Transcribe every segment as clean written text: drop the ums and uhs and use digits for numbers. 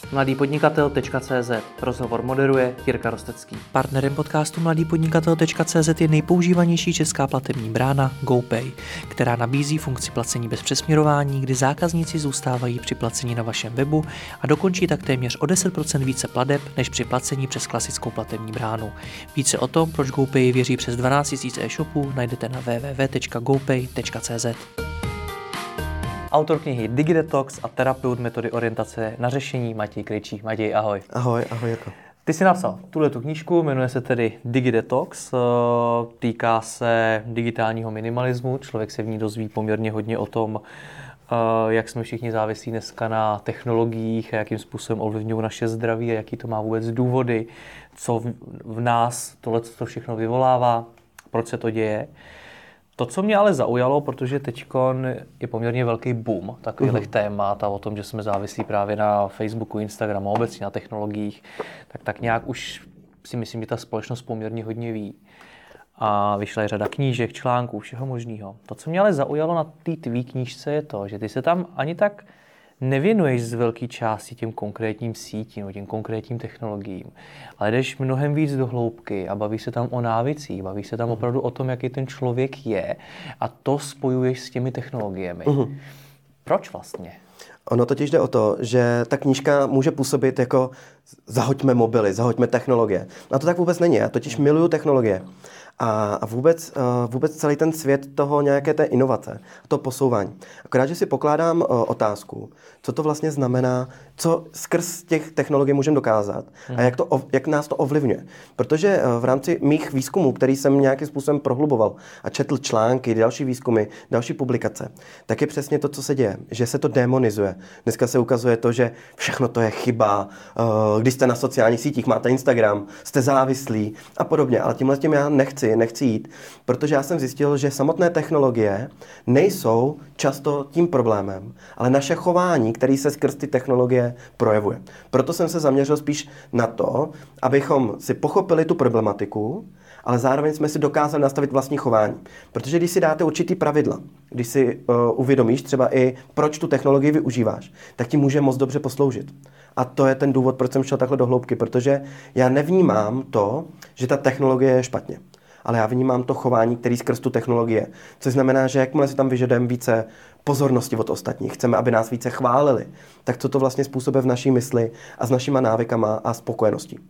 mladýpodnikatel.cz. Rozhovor moderuje Jirka Rostecký. Partnerem podcastu mladýpodnikatel.cz je nejpoužívanější česká platební brána GoPay, která nabízí funkci placení bez přesměrování, kdy zákazníci zůstávají při placení na vašem webu a dokončí tak téměř o 10% více plateb než při placení přes klasickou platební bránu. Více o tom, proč GoPay věří přes 12 000 e-shopů, najdete na www.gopay.cz. Autor knihy DigiDetox a terapeut metody orientace na řešení Matěj Krejčí. Matěj, ahoj. Ahoj Jirko. Ty jsi napsal tuhletu knížku, jmenuje se tedy DigiDetox, týká se digitálního minimalismu, člověk se v ní dozví poměrně hodně o tom, jak jsme všichni závislí dneska na technologiích a jakým způsobem ovlivňují naše zdraví a jaký to má vůbec důvody, co v nás tohle všechno vyvolává, proč se to děje. To, co mě ale zaujalo, protože teďkon je poměrně velký boom takových témat a o tom, že jsme závislí právě na Facebooku, Instagramu, obecně na technologiích, tak nějak už si myslím, že ta společnost poměrně hodně ví. A vyšla i řada knížek, článků, všeho možného. To, co mě ale zaujalo na té tvý knížce, je to, že ty se tam ani tak nevěnuješ z velké části těm konkrétním sítím, těm konkrétním technologiím, ale jdeš mnohem víc do hloubky a bavíš se tam o návicích, bavíš se tam opravdu o tom, jaký ten člověk je a to spojuješ s těmi technologiemi. Proč vlastně? Ono totiž jde o to, že ta knížka může působit jako zahoďme mobily, zahoďme technologie. A to tak vůbec není. Já totiž miluju technologie. A vůbec celý ten svět toho nějaké té inovace, to posouvání. Akorát, že si pokládám otázku, co to vlastně znamená, co skrz těch technologií můžeme dokázat a jak nás to ovlivňuje. Protože v rámci mých výzkumů, který jsem nějakým způsobem prohluboval a četl články, další výzkumy, další publikace, tak je přesně to, co se děje, že se to demonizuje. Dneska se ukazuje to, že všechno to je chyba, když jste na sociálních sítích, máte Instagram, jste závislí a podobně, ale tímhle já nechci jít, protože já jsem zjistil, že samotné technologie nejsou často tím problémem, ale naše chování, který se skrz ty technologie projevuje. Proto jsem se zaměřil spíš na to, abychom si pochopili tu problematiku, ale zároveň jsme si dokázali nastavit vlastní chování. Protože když si dáte určitý pravidla, když si uvědomíš třeba i proč tu technologii využíváš, tak ti může moc dobře posloužit. A to je ten důvod, proč jsem šel takhle do hloubky, protože já nevnímám to, že ta technologie je špatně. Ale já vnímám to chování, který skrz tu technologie. Což znamená, že jakmile si tam vyžadujeme více pozornosti od ostatních, chceme, aby nás více chválili, tak co to vlastně způsobuje v naší mysli a s našima návykama a spokojeností.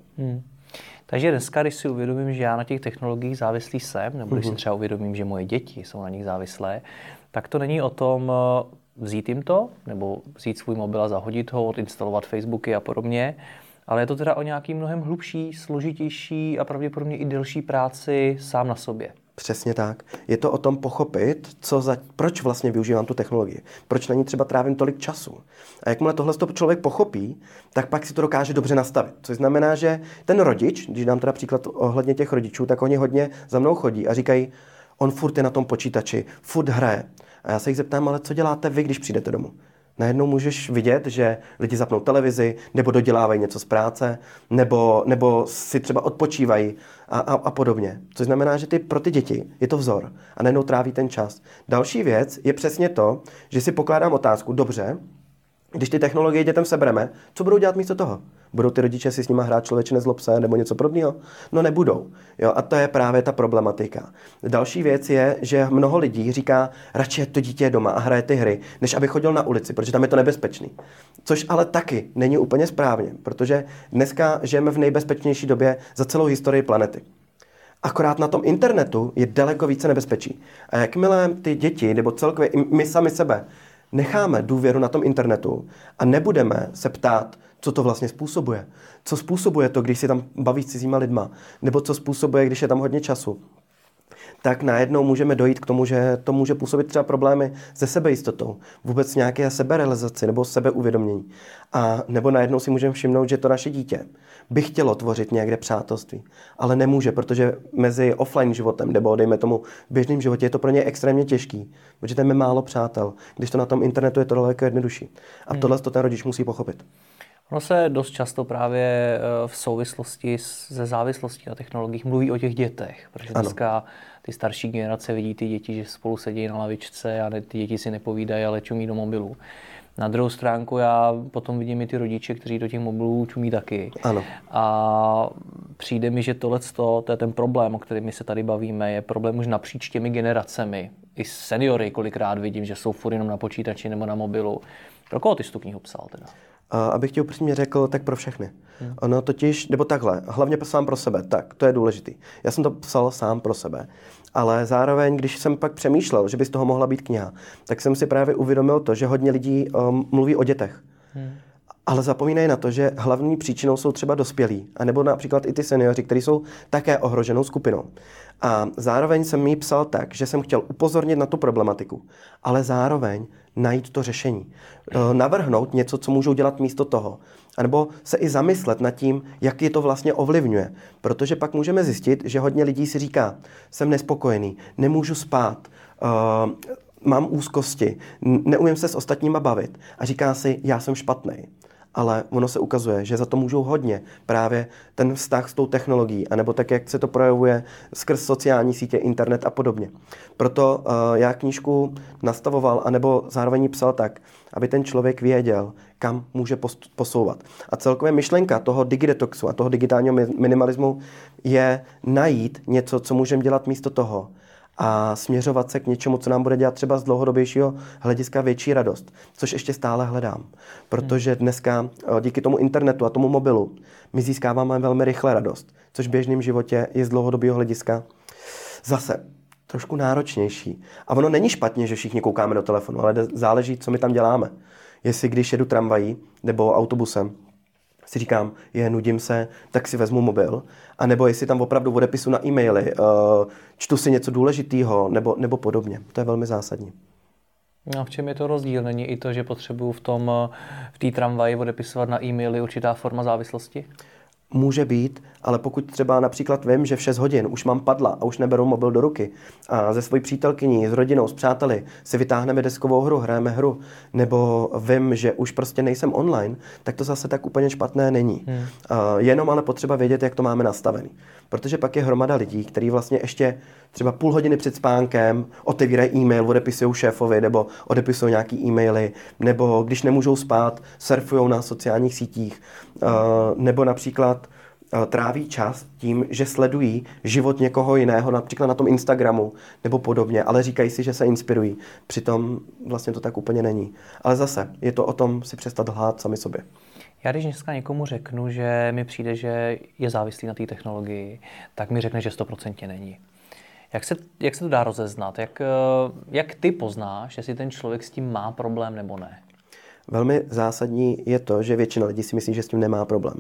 Takže dneska, když si uvědomím, že já na těch technologiích závislý jsem, nebo když si třeba uvědomím, že moje děti jsou na nich závislé, tak to není o tom vzít jim to, nebo vzít svůj mobil a zahodit ho, odinstalovat Facebooky a podobně, ale je to teda o nějaký mnohem hlubší, složitější a pravděpodobně i delší práci sám na sobě. Přesně tak. Je to o tom pochopit, proč vlastně využívám tu technologii. Proč na ní třeba trávím tolik času. A jakmile tohle člověk pochopí, tak pak si to dokáže dobře nastavit. Což znamená, že ten rodič, když dám teda příklad ohledně těch rodičů, tak oni hodně za mnou chodí a říkají, on furt je na tom počítači, furt hraje. A já se jich zeptám, ale co děláte vy, když přijdete domů? Najednou můžeš vidět, že lidi zapnou televizi, nebo dodělávají něco z práce, nebo si třeba odpočívají a podobně. Což znamená, že pro ty děti je to vzor a najednou tráví ten čas. Další věc je přesně to, že si pokládám otázku, dobře, když ty technologie dětem sebereme, co budou dělat místo toho? Budou ty rodiče si s nima hrát Člověče nezlob se nebo něco podobného? No nebudou. Jo, a to je právě ta problematika. Další věc je, že mnoho lidí říká, radši to dítě je doma a hraje ty hry, než aby chodil na ulici, protože tam je to nebezpečný. Což ale taky není úplně správně, protože dneska žijeme v nejbezpečnější době za celou historii planety. Akorát na tom internetu je daleko více nebezpečí. A jakmile ty děti, nebo celkově my sami sebe, necháme důvěru na tom internetu a nebudeme se ptát, co to vlastně způsobuje. Co způsobuje to, když si tam bavíš s cizíma lidma, nebo co způsobuje, když je tam hodně času. Tak najednou můžeme dojít k tomu, že to může působit třeba problémy se sebejistotou, vůbec nějaké seberealizaci nebo sebeuvědomění. A nebo najednou si můžeme všimnout, že to naše dítě by chtělo tvořit někde přátelství, ale nemůže, protože mezi offline životem nebo dejme tomu v běžném životě je to pro ně extrémně těžký, protože tam je málo přátel, když to na tom internetu je to daleko jednodušší. A tohle to ten rodič musí pochopit. Ono se dost často právě v souvislosti se závislostí na technologiích mluví o těch dětech, protože dneska ty starší generace vidí ty děti, že spolu sedí na lavičce a ty děti si nepovídají, ale čumí do mobilu. Na druhou stránku já potom vidím i ty rodiče, kteří do těch mobilů čumí taky. Ano. A přijde mi, že to je ten problém, o kterém my se tady bavíme, je problém už napříč těmi generacemi. I seniory kolikrát vidím, že jsou furt jenom na počítači nebo na mobilu. Pro koho ty jsi tu knihu psal teda? Abych ti upřímně řekl, tak pro všechny. Ono totiž, nebo takhle, hlavně sám pro sebe, tak, to je důležitý. Já jsem to psal sám pro sebe, ale zároveň, když jsem pak přemýšlel, že by z toho mohla být kniha, tak jsem si právě uvědomil to, že hodně lidí mluví o dětech. Ale zapomínají na to, že hlavní příčinou jsou třeba dospělí, anebo například i ty seniori, kteří jsou také ohroženou skupinou. A zároveň jsem jí psal tak, že jsem chtěl upozornit na tu problematiku, ale zároveň najít to řešení. Navrhnout něco, co můžou dělat místo toho. Anebo se i zamyslet nad tím, jak je to vlastně ovlivňuje. Protože pak můžeme zjistit, že hodně lidí si říká, jsem nespokojený, nemůžu spát, mám úzkosti, neumím se s ostatníma bavit a říká si, já jsem špatnej. Ale ono se ukazuje, že za to můžou hodně právě ten vztah s tou technologií, anebo tak, jak se to projevuje skrz sociální sítě, internet a podobně. Proto já knížku nastavoval, anebo zároveň ji psal tak, aby ten člověk věděl, kam může posouvat. A celkově myšlenka toho digidetoxu a toho digitálního minimalismu je najít něco, co můžeme dělat místo toho, a směřovat se k něčemu, co nám bude dělat třeba z dlouhodobějšího hlediska větší radost, což ještě stále hledám. Protože dneska díky tomu internetu a tomu mobilu my získáváme velmi rychle radost, což v běžném životě je z dlouhodobého hlediska zase trošku náročnější. A ono není špatně, že všichni koukáme do telefonu, ale záleží, co my tam děláme. Jestli když jedu tramvají nebo autobusem, si říkám, nudím se, tak si vezmu mobil, a nebo jestli tam opravdu odepisu na e-maily, čtu si něco důležitého, nebo podobně. To je velmi zásadní. A v čem je to rozdíl? Není i to, že potřebuju v té tramvaji odepisovat na e-maily určitá forma závislosti? Může být, ale pokud třeba například vím, že v 6 hodin už mám padla a už neberu mobil do ruky a ze svojí přítelkyní, s rodinou, s přáteli si vytáhneme deskovou hru, hrajeme hru, nebo vím, že už prostě nejsem online, tak to zase tak úplně špatné není. Jenom ale potřeba vědět, jak to máme nastavený. Protože pak je hromada lidí, kteří vlastně ještě třeba půl hodiny před spánkem otevírají e-mail, odepisují šéfovi nebo odepisují nějaký e-maily, nebo když nemůžou spát, surfují na sociálních sítích, nebo například tráví čas tím, že sledují život někoho jiného, například na tom Instagramu nebo podobně, ale říkají si, že se inspirují. Přitom vlastně to tak úplně není. Ale zase je to o tom si přestat lhát sami sobě. Já když dneska někomu řeknu, že mi přijde, že je závislý na té technologii, tak mi řekne, že 100% není. Jak se to dá rozeznat? Jak ty poznáš, jestli ten člověk s tím má problém nebo ne? Velmi zásadní je to, že většina lidí si myslí, že s tím nemá problém.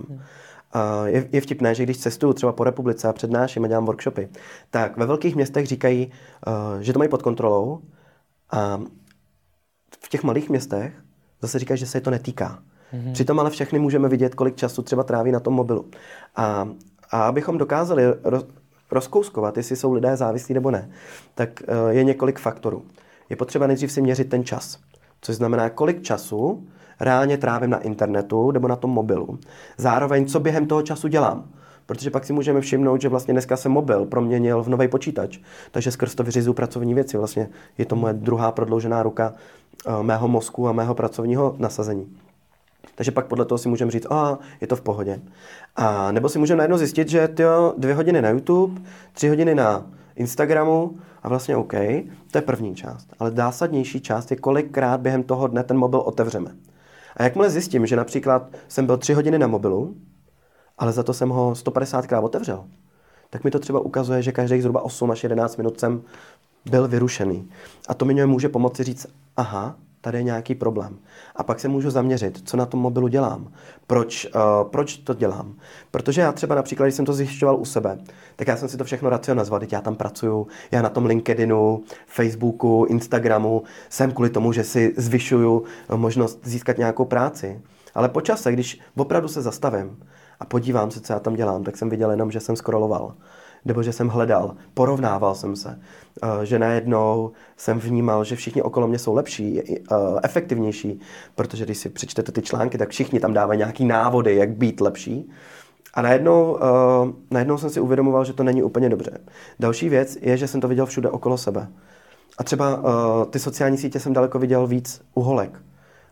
Je vtipné, že když cestuju třeba po republice a přednáším a dělám workshopy, tak ve velkých městech říkají, že to mají pod kontrolou, a v těch malých městech zase říkají, že se to netýká. Přitom ale všechny můžeme vidět, kolik času třeba tráví na tom mobilu. A abychom dokázali rozkouskovat, jestli jsou lidé závislí nebo ne, tak je několik faktorů. Je potřeba nejdřív si měřit ten čas, což znamená, kolik času reálně trávím na internetu nebo na tom mobilu. Zároveň, co během toho času dělám. Protože pak si můžeme všimnout, že vlastně dneska se mobil proměnil v nový počítač, takže skrz to vyřizuju pracovní věci. Vlastně je to moje druhá prodloužená ruka mého mozku a mého pracovního nasazení. Takže pak podle toho si můžeme říct, je to v pohodě. A nebo si můžeme najednou zjistit, že 2 hodiny na YouTube, 3 hodiny na Instagramu a vlastně OK, to je první část. Ale zásadnější část je, kolikrát během toho dne ten mobil otevřeme. A jakmile zjistím, že například jsem byl 3 hodiny na mobilu, ale za to jsem ho 150krát otevřel, tak mi to třeba ukazuje, že každých zhruba 8 až 11 minut jsem byl vyrušený. A to mi může pomoci říct, tady je nějaký problém. A pak se můžu zaměřit, co na tom mobilu dělám. Proč to dělám? Protože já třeba například, když jsem to zjišťoval u sebe, tak já jsem si to všechno racionalizoval. Teď já tam pracuju, já na tom LinkedInu, Facebooku, Instagramu, jsem kvůli tomu, že si zvyšuju možnost získat nějakou práci. Ale po čase, když opravdu se zastavím a podívám se, co já tam dělám, tak jsem viděl jenom, že jsem scrolloval. Nebo že jsem hledal, porovnával jsem se, že najednou jsem vnímal, že všichni okolo mě jsou lepší, efektivnější, protože když si přečtete ty články, tak všichni tam dávají nějaký návody, jak být lepší. A najednou jsem si uvědomoval, že to není úplně dobře. Další věc je, že jsem to viděl všude okolo sebe. A třeba ty sociální sítě jsem daleko viděl víc u holek.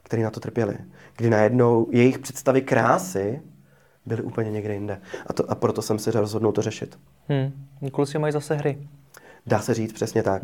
kteří na to trpěli. Kdy najednou jejich představy krásy byly úplně někde jinde. A proto jsem se rozhodnul to řešit. Kluci mají zase hry. Dá se říct přesně tak.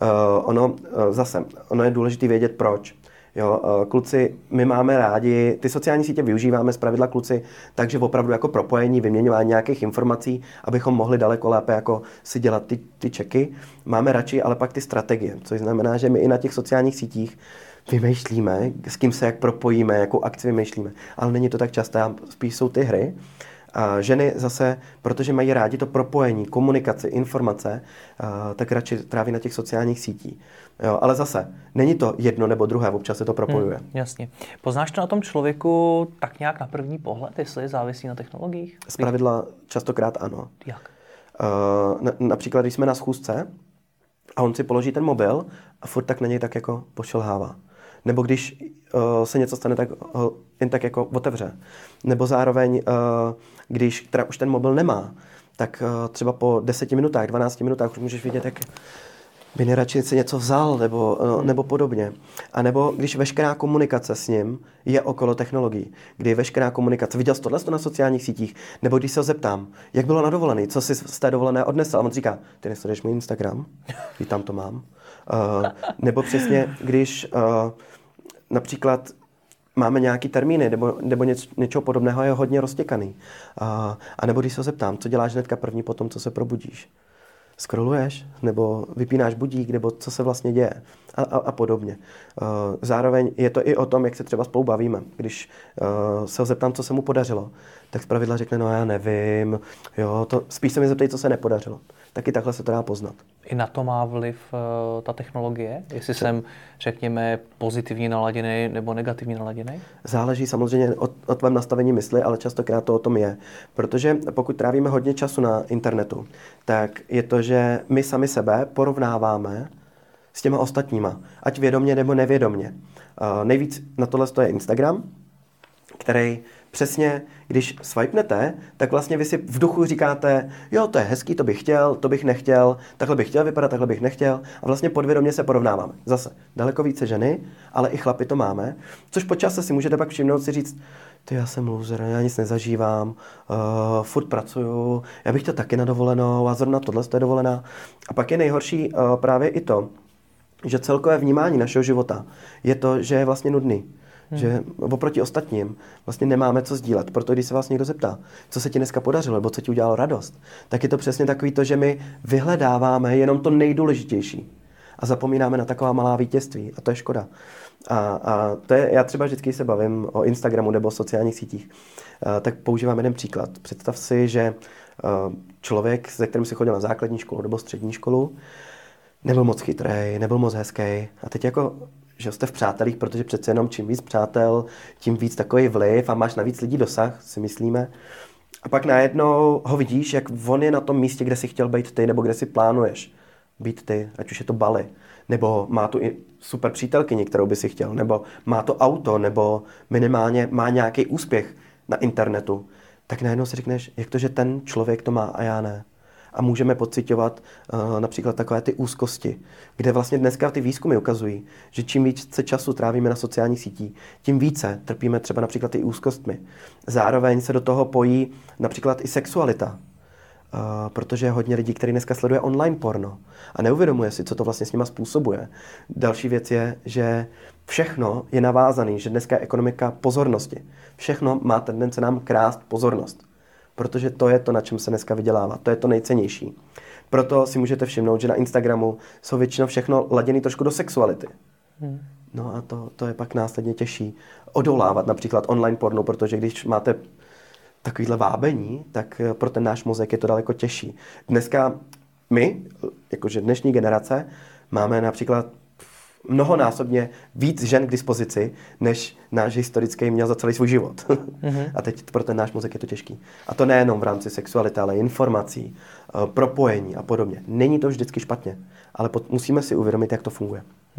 Ono je důležité vědět proč. Jo, kluci, my máme rádi, ty sociální sítě využíváme zpravidla kluci, takže opravdu jako propojení, vyměňování nějakých informací, abychom mohli daleko lépe jako si dělat ty čeky. Máme radši ale pak ty strategie, což znamená, že my i na těch sociálních sítích vymýšlíme, s kým se jak propojíme, jakou akci vymýšlíme. Ale není to tak časté, spíš jsou ty hry. A ženy zase, protože mají rádi to propojení, komunikaci, informace, tak radši tráví na těch sociálních sítích. Jo, ale zase, není to jedno nebo druhé, občas se to propojuje. Jasně. Poznáš to na tom člověku tak nějak na první pohled, jestli závisí na technologiích? Zpravidla častokrát ano. Jak? Například, když jsme na schůzce a on si položí ten mobil a furt tak na něj tak jako pošilhává. Nebo když se něco stane, tak jen tak jako otevře. Nebo zároveň, když teda už ten mobil nemá, tak třeba po 10 minutách, 12 minutách už můžeš vidět, jak by nejradši si něco vzal nebo podobně. A nebo když veškerá komunikace s ním je okolo technologií, kdy veškerá komunikace, viděl jsi tohle na sociálních sítích, nebo když se ho zeptám, jak bylo na dovolený, co jsi z té dovolené odnesl, a on říká, ty nesleduješ můj Instagram, i tam to mám. Nebo přesně, když například máme nějaký termíny nebo něčeho podobného je hodně roztěkaný. A nebo když se ho zeptám, co děláš hnedka první po tom, co se probudíš? Scrolluješ? Nebo vypínáš budík? Nebo co se vlastně děje? A podobně. Zároveň je to i o tom, jak se třeba spolu bavíme. Když se ho zeptám, co se mu podařilo, tak zpravidla řekne, no já nevím, jo, spíš se mi zeptej, co se nepodařilo. Taky takhle se to dá poznat. I na to má vliv ta technologie? Jestli jsem, řekněme, pozitivně naladěný nebo negativně naladěný? Záleží samozřejmě o tvém nastavení mysli, ale častokrát to o tom je. Protože pokud trávíme hodně času na internetu, tak je to, že my sami sebe porovnáváme s těma ostatníma, ať vědomě nebo nevědomě. Nejvíc na tohle je Instagram, který přesně, když swipenete, tak vlastně vy si v duchu říkáte, jo, to je hezký, to bych chtěl, to bych nechtěl, takhle bych chtěl vypadat, takhle bych nechtěl. A vlastně podvědomě se porovnáváme. Zase daleko více ženy, ale i chlapi to máme. Což po čase si můžete pak všimnout si říct, ty já jsem loser, já nic nezažívám, furt pracuju, já bych to taky na dovolenou a zrovna tohle je dovolená. A pak je nejhorší právě i to, že celkové vnímání našeho života je to, že je vlastně nudný. Že oproti ostatním vlastně nemáme co sdílet. Proto když se vás někdo zeptá, co se ti dneska podařilo, nebo co ti udělalo radost, tak je to přesně takový to, že my vyhledáváme jenom to nejdůležitější a zapomínáme na taková malá vítězství a to je škoda. A to je, já třeba vždycky se bavím o Instagramu nebo o sociálních sítích, tak používám jeden příklad. Představ si, že člověk, se kterým si chodil na základní školu nebo střední školu, nebyl moc chytrý, nebyl moc hezký a teď jako že jste v přátelích, protože přece jenom čím víc přátel, tím víc takový vliv a máš navíc lidí dosah, si myslíme. A pak najednou ho vidíš, jak on je na tom místě, kde si chtěl být ty, nebo kde si plánuješ být ty, ať už je to Bali, nebo má tu i super přítelkyni, kterou by si chtěl, nebo má to auto, nebo minimálně má nějaký úspěch na internetu. Tak najednou si řekneš, jak to, že ten člověk to má a já ne. A můžeme pociťovat například takové ty úzkosti, kde vlastně dneska ty výzkumy ukazují, že čím více času trávíme na sociálních sítích, tím více trpíme třeba například i úzkostmi. Zároveň se do toho pojí například i sexualita, protože je hodně lidí, kteří dneska sleduje online porno a neuvědomuje si, co to vlastně s nima způsobuje. Další věc je, že všechno je navázané, že dneska je ekonomika pozornosti. Všechno má tendence nám krást pozornost. Protože to je to, na čem se dneska vydělává. To je to nejcennější. Proto si můžete všimnout, že na Instagramu jsou většinou všechno laděné trošku do sexuality. No a to je pak následně těžší odolávat například online porno, protože když máte takovýhle vábení, tak pro ten náš mozek je to daleko těžší. Dneska my, jakože dnešní generace, máme například mnohonásobně víc žen k dispozici, než náš historický měl za celý svůj život. A teď pro ten náš mozek je to těžký. A to nejenom v rámci sexuality, ale informací, propojení a podobně. Není to vždycky špatně, ale musíme si uvědomit, jak to funguje.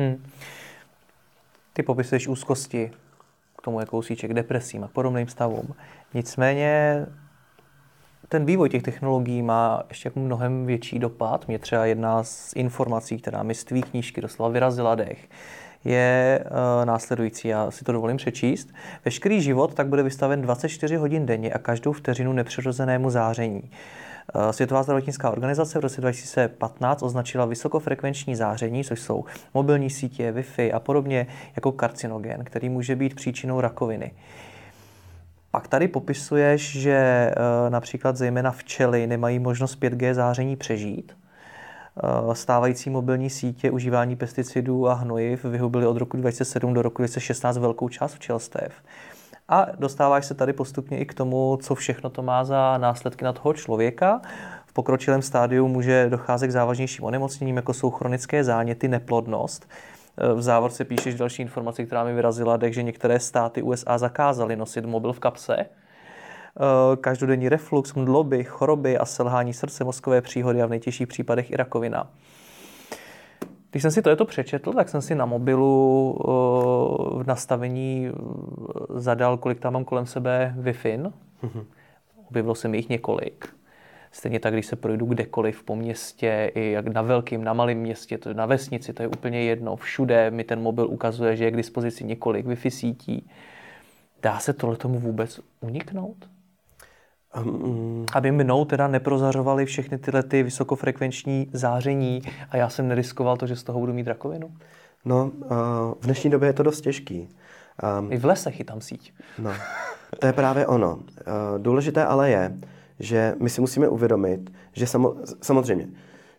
Ty popisuješ úzkosti k tomu, jak kousíček depresím a podobným stavům. Nicméně ten vývoj těch technologií má ještě jako mnohem větší dopad. Mě třeba jedna z informací, která mi z tvý knížky doslova vyrazila dech, je následující. Já si to dovolím přečíst. Veškerý život tak bude vystaven 24 hodin denně a každou vteřinu nepřirozenému záření. Světová zdravotnická organizace v roce 2015 označila vysokofrekvenční záření, což jsou mobilní sítě, Wi-Fi a podobně, jako karcinogen, který může být příčinou rakoviny. Pak tady popisuješ, že například zejména včely nemají možnost 5G záření přežít. Stávající mobilní sítě, užívání pesticidů a hnojiv vyhubily od roku 2007 do roku 2016 velkou část včelstev. A dostáváš se tady postupně i k tomu, co všechno to má za následky na toho člověka. V pokročilém stádiu může docházet k závažnějším onemocněním, jako jsou chronické záněty, neplodnost. V závorce píšeš další informaci, která mi vyrazila, takže některé státy USA zakázaly nosit mobil v kapse. Každodenní reflux, mdloby, choroby a selhání srdce, mozkové příhody a v nejtěžších případech i rakovina. Když jsem si to přečetl, tak jsem si na mobilu v nastavení zadal, kolik tam mám kolem sebe Wi-Fi. Objevilo se mi jich několik. Stejně tak, když se projdu kdekoliv po městě, i jak na velkým, na malém městě, to na vesnici, to je úplně jedno. Všude mi ten mobil ukazuje, že je k dispozici několik Wi-Fi sítí. Dá se tomu vůbec uniknout? Aby mnou teda neprozařovaly všechny tyhle ty vysokofrekvenční záření a já jsem neriskoval to, že z toho budu mít rakovinu? No, v dnešní době je to dost těžký. I v lese chytám síť. No, to je právě ono. Důležité ale je, že my si musíme uvědomit, že samozřejmě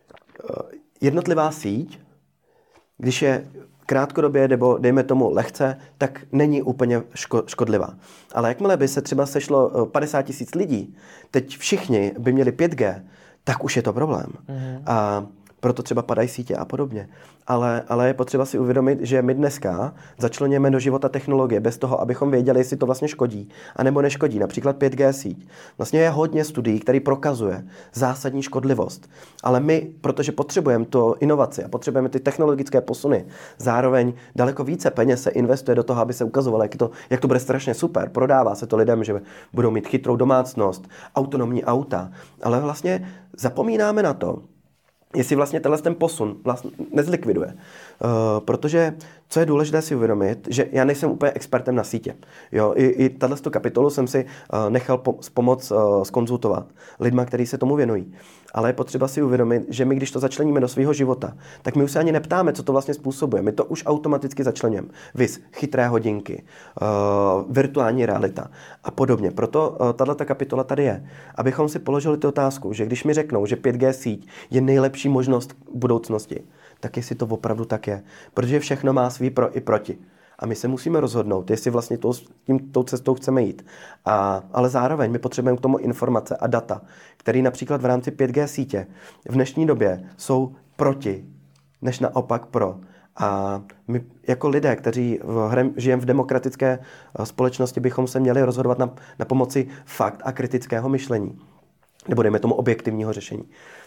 jednotlivá síť, když je krátkodobě nebo dejme tomu lehce, tak není úplně škodlivá. Ale jakmile by se třeba sešlo 50 000 lidí, teď všichni by měli 5G, tak už je to problém. A proto třeba padají sítě a podobně. Ale je potřeba si uvědomit, že my dneska začleněme do života technologie bez toho, abychom věděli, jestli to vlastně škodí, anebo neškodí. Například 5G síť. Vlastně je hodně studií, který prokazuje zásadní škodlivost. Ale my, protože potřebujeme to inovaci a potřebujeme ty technologické posuny, zároveň daleko více peněz se investuje do toho, aby se ukazovalo, jak to bude strašně super. Prodává se to lidem, že budou mít chytrou domácnost, autonomní auta. Ale vlastně zapomínáme na to, jestli vlastně ten posun vlastně nezlikviduje. Protože co je důležité si uvědomit, že já nejsem úplně expertem na sítě. Jo, i tato kapitolu jsem si nechal pomoct zkonzultovat lidma, kteří se tomu věnují. Ale je potřeba si uvědomit, že my, když to začleníme do svého života, tak my už se ani neptáme, co to vlastně způsobuje. My to už automaticky začleníme. Viz, chytré hodinky, virtuální realita a podobně. Proto tato kapitola tady je. Abychom si položili tu otázku, že když mi řeknou, že 5G síť je nejlepší možnost v budoucnosti, tak jestli to opravdu tak je. Protože všechno má svý pro i proti. A my se musíme rozhodnout, jestli vlastně tou cestou chceme jít. Ale zároveň my potřebujeme k tomu informace a data, které například v rámci 5G sítě v dnešní době jsou proti, než naopak pro. A my jako lidé, kteří žijeme v demokratické společnosti, bychom se měli rozhodovat na pomoci fakt a kritického myšlení. Nebo dejme tomu objektivního řešení.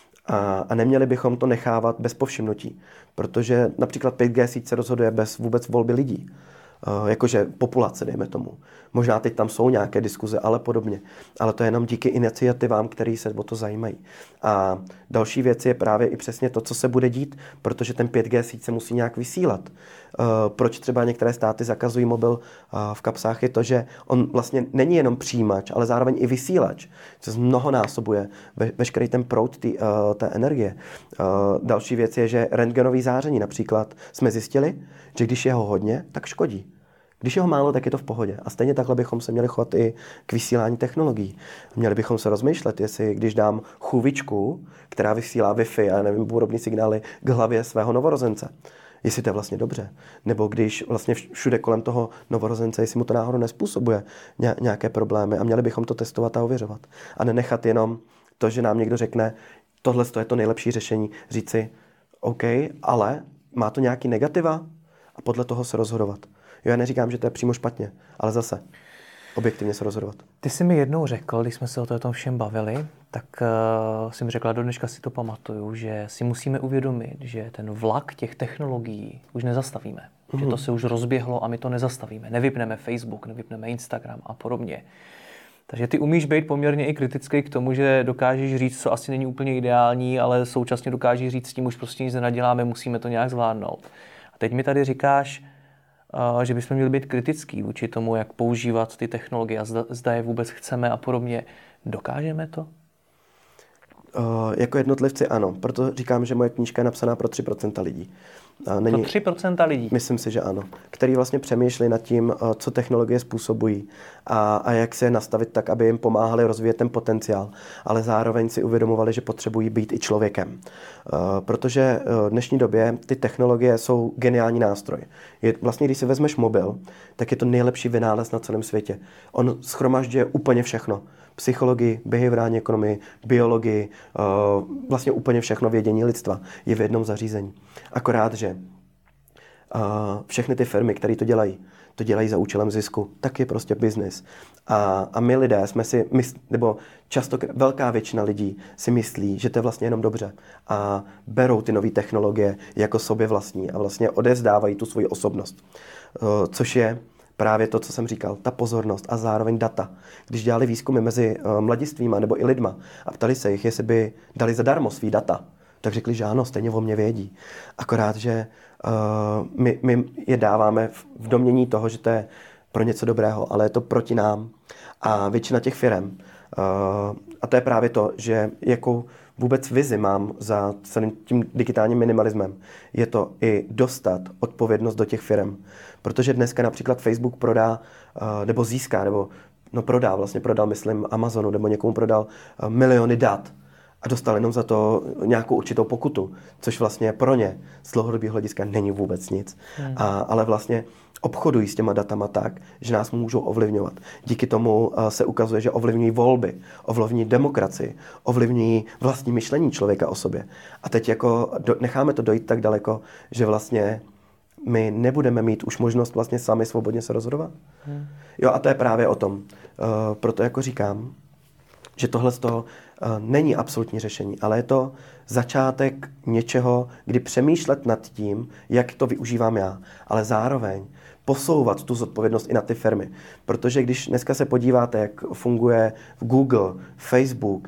A neměli bychom to nechávat bez povšimnutí, protože například 5G síť se rozhoduje bez vůbec volby lidí. Jakože populace, dejme tomu. Možná teď tam jsou nějaké diskuze, ale podobně. Ale to je jenom díky iniciativám, které se o to zajímají. A další věc je právě i přesně to, co se bude dít, protože ten 5G síť se musí nějak vysílat. Proč třeba některé státy zakazují mobil v kapsách, je to, že on vlastně není jenom přijímač, ale zároveň i vysílač, co mnohonásobuje veškerý ten proud té energie. Další věc je, že rentgenový záření například jsme zjistili, že když je ho hodně, tak škodí. Když je ho málo, tak je to v pohodě. A stejně takhle bychom se měli chovat i k vysílání technologií. Měli bychom se rozmýšlet, jestli když dám chůvičku, která vysílá Wi-Fi a nevím, podobné signály k hlavě svého novorozence, jestli to je vlastně dobře. Nebo když vlastně všude kolem toho novorozence, jestli mu to náhodou nezpůsobuje nějaké problémy. A měli bychom to testovat a ověřovat. A nenechat jenom to, že nám někdo řekne, tohle je to nejlepší řešení, říct si, OK, ale má to nějaký negativa a podle toho se rozhodovat. Jo, já neříkám, že to je přímo špatně, ale zase objektivně se rozhodovat. Ty jsi mi jednou řekl, když jsme se o tom všem bavili, tak jsi mi řekla, do dneška si to pamatuju, že si musíme uvědomit, že ten vlak těch technologií už nezastavíme. Že to se už rozběhlo a my to nezastavíme. Nevypneme Facebook, nevypneme Instagram a podobně. Takže ty umíš být poměrně i kritický k tomu, že dokážeš říct, co asi není úplně ideální, ale současně dokážeš říct, s tím už prostě nic nenaděláme, musíme to nějak zvládnout. A teď mi tady říkáš, že bychom měli být kritický vůči tomu, jak používat ty technologie a zda je vůbec chceme a podobně. Dokážeme to? Jako jednotlivci ano, proto říkám, že moje knížka je napsaná pro 3% lidí. Pro 3% lidí? Myslím si, že ano. Který vlastně přemýšlí nad tím, co technologie způsobují a jak se je nastavit tak, aby jim pomáhali rozvíjet ten potenciál, ale zároveň si uvědomovali, že potřebují být i člověkem. Protože v dnešní době ty technologie jsou geniální nástroj. Vlastně, když si vezmeš mobil, tak je to nejlepší vynález na celém světě. On shromažďuje úplně všechno. Psychologii, behaviorální ekonomii, biologii, vlastně úplně všechno vědění lidstva je v jednom zařízení. Akorát, že všechny ty firmy, které to dělají za účelem zisku, tak je prostě biznis. A my lidé jsme si, nebo často velká většina lidí si myslí, že to je vlastně jenom dobře a berou ty nové technologie jako sobě vlastní a vlastně odevzdávají tu svoji osobnost. Což je právě to, co jsem říkal, ta pozornost a zároveň data. Když dělali výzkumy mezi mladistvíma nebo i lidma a ptali se jich, jestli by dali zadarmo svý data, tak řekli, že ano, stejně o mě vědí. Akorát, že my je dáváme v domnění toho, že to je pro něco dobrého, ale je to proti nám. A většina těch firem, a to je právě to, že jakou vůbec vizi mám za celým tím digitálním minimalismem, je to i dostat odpovědnost do těch firem. Protože dneska například Facebook prodá, nebo získá, nebo prodal, myslím, Amazonu, nebo někomu prodal miliony dat a dostal jenom za to nějakou určitou pokutu, což vlastně pro ně z dlouhodobého hlediska není vůbec nic. Ale vlastně obchodují s těma datama tak, že nás můžou ovlivňovat. Díky tomu se ukazuje, že ovlivňují volby, ovlivňují demokracii, ovlivňují vlastní myšlení člověka o sobě. A teď jako necháme to dojít tak daleko, že vlastně my nebudeme mít už možnost vlastně sami svobodně se rozhodovat. Jo, a to je právě o tom. Proto jako říkám, že tohle z toho není absolutní řešení, ale je to začátek něčeho, kdy přemýšlet nad tím, jak to využívám já, ale zároveň posouvat tu zodpovědnost i na ty firmy. Protože když dneska se podíváte, jak funguje Google, Facebook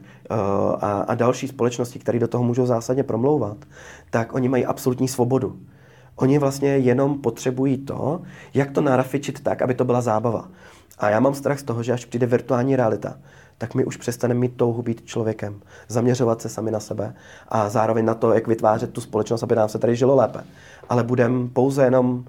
a další společnosti, které do toho můžou zásadně promlouvat, tak oni mají absolutní svobodu. Oni vlastně jenom potřebují to, jak to narafičit tak, aby to byla zábava. A já mám strach z toho, že až přijde virtuální realita, tak my už přestaneme mít touhu být člověkem, zaměřovat se sami na sebe a zároveň na to, jak vytvářet tu společnost, aby nám se tady žilo lépe. Ale budeme pouze jenom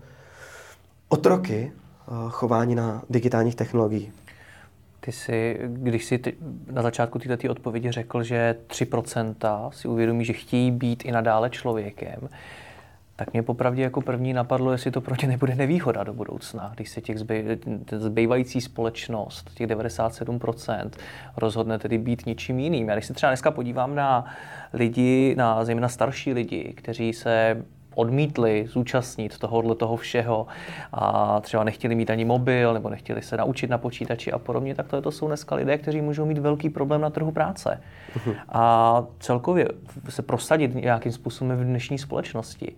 otroky chování na digitálních technologiích. Ty jsi, když jsi na začátku této odpovědi řekl, že 3% si uvědomí, že chtějí být i nadále člověkem, tak mě popravdě jako první napadlo, jestli to pro ně nebude nevýhoda do budoucna, když se zbývající společnost, těch 97%, rozhodne tedy být něčím jiným. Já když se třeba dneska podívám na lidi, zejména starší lidi, kteří se odmítli zúčastnit toho všeho a třeba nechtěli mít ani mobil nebo nechtěli se naučit na počítači a podobně, tak to jsou dneska lidé, kteří můžou mít velký problém na trhu práce. A celkově se prosadit nějakým způsobem v dnešní společnosti.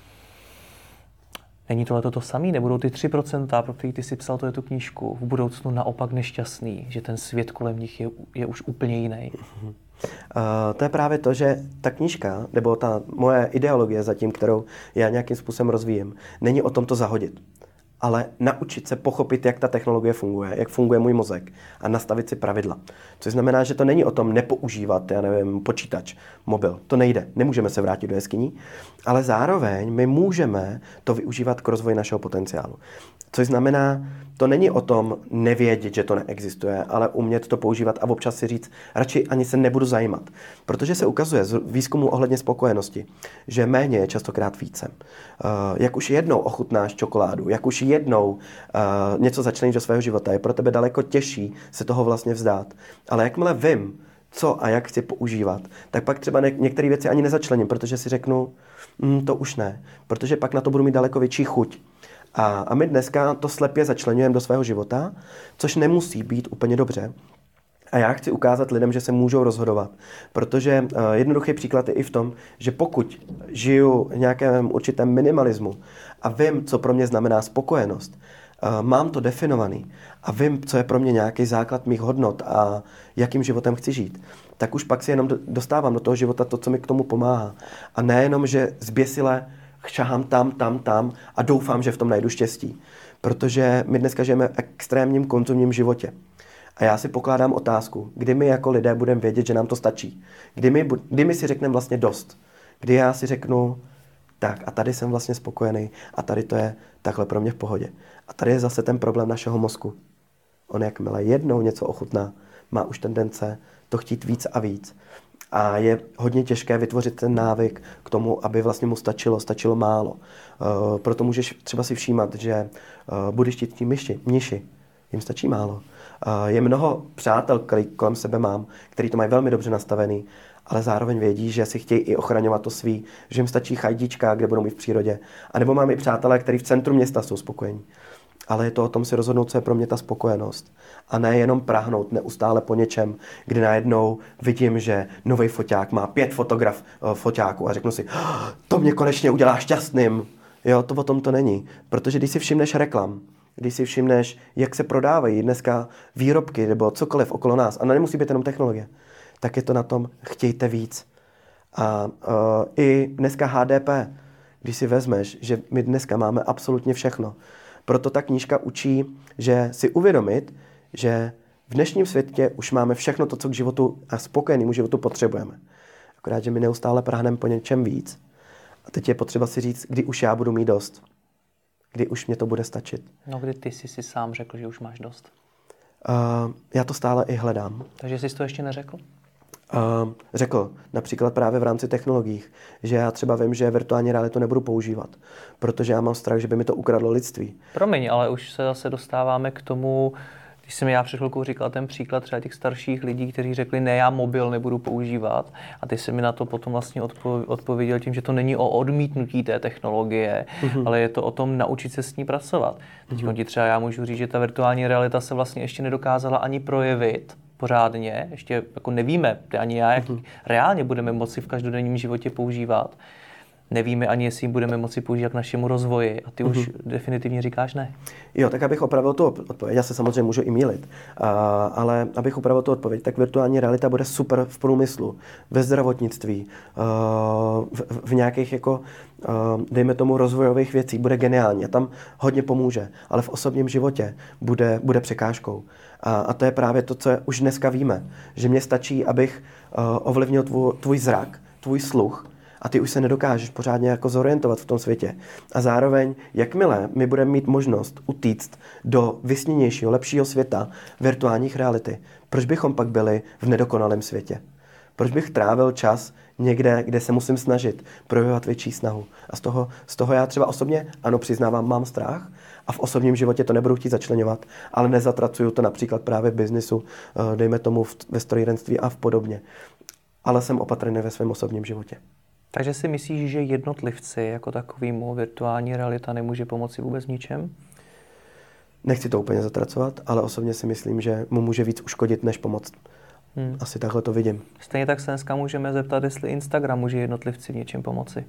Není tohle to samé? Nebudou ty 3%, pro který ty si psal tu knížku, v budoucnu naopak nešťastný, že ten svět kolem nich je už úplně jiný? To je právě to, že ta knížka, nebo ta moje ideologie zatím, kterou já nějakým způsobem rozvíjím, není o tom to zahodit, ale naučit se pochopit, jak ta technologie funguje, jak funguje můj mozek a nastavit si pravidla. Což znamená, že to není o tom nepoužívat, počítač, mobil. To nejde, nemůžeme se vrátit do jeskyní, ale zároveň my můžeme to využívat k rozvoji našeho potenciálu. Což znamená, to není o tom nevědět, že to neexistuje, ale umět to používat a občas si říct, radši ani se nebudu zajímat. Protože se ukazuje z výzkumu ohledně spokojenosti, že méně je častokrát více. Jak už jednou ochutnáš čokoládu, jak už jednou něco začneš do svého života, je pro tebe daleko těžší se toho vlastně vzdát. Ale jakmile vím, co a jak chci používat, tak pak třeba některé věci ani nezačlením, protože si řeknu, to už ne, protože pak na to budu mít daleko větší chuť. A my dneska to slepě začleňujeme do svého života, což nemusí být úplně dobře. A já chci ukázat lidem, že se můžou rozhodovat, protože jednoduchý příklad je i v tom, že pokud žiju v nějakém určitém minimalismu a vím, co pro mě znamená spokojenost, mám to definovaný a vím, co je pro mě nějaký základ mých hodnot a jakým životem chci žít, tak už pak si jenom dostávám do toho života to, co mi k tomu pomáhá. A nejenom, že zběsile šahám tam a doufám, že v tom najdu štěstí. Protože my dneska žijeme v extrémním konzumním životě. A já si pokládám otázku, kdy my jako lidé budeme vědět, že nám to stačí. Kdy my si řekneme vlastně dost. Kdy já si řeknu, tak a tady jsem vlastně spokojený a tady to je takhle pro mě v pohodě. A tady je zase ten problém našeho mozku. On jakmile jednou něco ochutná, má už tendence to chtít víc a víc. A je hodně těžké vytvořit ten návyk k tomu, aby vlastně mu stačilo málo. Proto můžeš třeba si všímat, že buddhističtí mniši, jim stačí málo. Je mnoho přátel, který kolem sebe mám, který to mají velmi dobře nastavený, ale zároveň vědí, že si chtějí i ochraňovat to svý, že jim stačí chajdička, kde budou mít v přírodě. A nebo mám i přátelé, kteří v centru města jsou spokojení. Ale je to o tom si rozhodnout, co je pro mě ta spokojenost. A ne jenom prahnout neustále po něčem, kdy najednou vidím, že nový foťák má 5 foťáků a řeknu si, to mě konečně udělá šťastným. Jo, to o tom to není. Protože když si všimneš reklam, když si všimneš, jak se prodávají dneska výrobky nebo cokoliv okolo nás, a nemusí být jenom technologie, tak je to na tom, chtějte víc. A i dneska HDP, když si vezmeš, že my dneska máme absolutně všechno. Proto ta knížka učí, že si uvědomit, že v dnešním světě už máme všechno to, co k životu a spokojenému životu potřebujeme. Akorát, že my neustále prahneme po něčem víc. A teď je potřeba si říct, kdy už já budu mít dost. Kdy už mě to bude stačit. No, kdy ty jsi si sám řekl, že už máš dost? Já to stále i hledám. Takže jsi to ještě neřekl? Řekl například právě v rámci technologií, že já třeba vím, že virtuální realitu nebudu používat, protože já mám strach, že by mi to ukradlo lidství. Promiň, ale už se zase dostáváme k tomu, když jsem já před chvilkou říkal ten příklad třeba těch starších lidí, kteří řekli, ne, já mobil nebudu používat, a ty jsi mi na to potom vlastně odpověděl tím, že to není o odmítnutí té technologie, ale je to o tom naučit se s ní pracovat. Teď ti třeba já můžu říct, že ta virtuální realita se vlastně ještě nedokázala ani projevit pořádně, ještě jako nevíme, ani já, jak reálně budeme moci v každodenním životě používat. Nevíme ani, jestli ji budeme moci použít k našemu rozvoji. A ty už definitivně říkáš ne. Jo, tak abych opravil tu odpověď, já se samozřejmě můžu i mýlit, ale abych opravil tu odpověď, tak virtuální realita bude super v průmyslu, ve zdravotnictví, v nějakých jako, dejme tomu, rozvojových věcí, bude geniální a tam hodně pomůže, ale v osobním životě bude překážkou. A to je právě to, co už dneska víme, že mně stačí, abych ovlivnil tvůj zrak, tvůj sluch, a ty už se nedokážeš pořádně jako zorientovat v tom světě. A zároveň, jakmile my budeme mít možnost utíct do vysněnějšího, lepšího světa virtuálních reality, proč bychom pak byli v nedokonalém světě? Proč bych trávil čas někde, kde se musím snažit, projevovat větší snahu? A z toho já třeba osobně, ano, přiznávám, mám strach a v osobním životě to nebudu chtít začleňovat, ale nezatracuju to například právě v biznisu, dejme tomu ve strojírenství a v podobně. Ale jsem opatrný ve svém osobním životě. Takže si myslíš, že jednotlivci jako takovýmu virtuální realita nemůže pomoci vůbec ničem? Nechci to úplně zatracovat, ale osobně si myslím, že mu může víc uškodit, než pomoct. Asi takhle to vidím. Stejně tak se dneska můžeme zeptat, jestli Instagram může jednotlivci v něčem pomoci.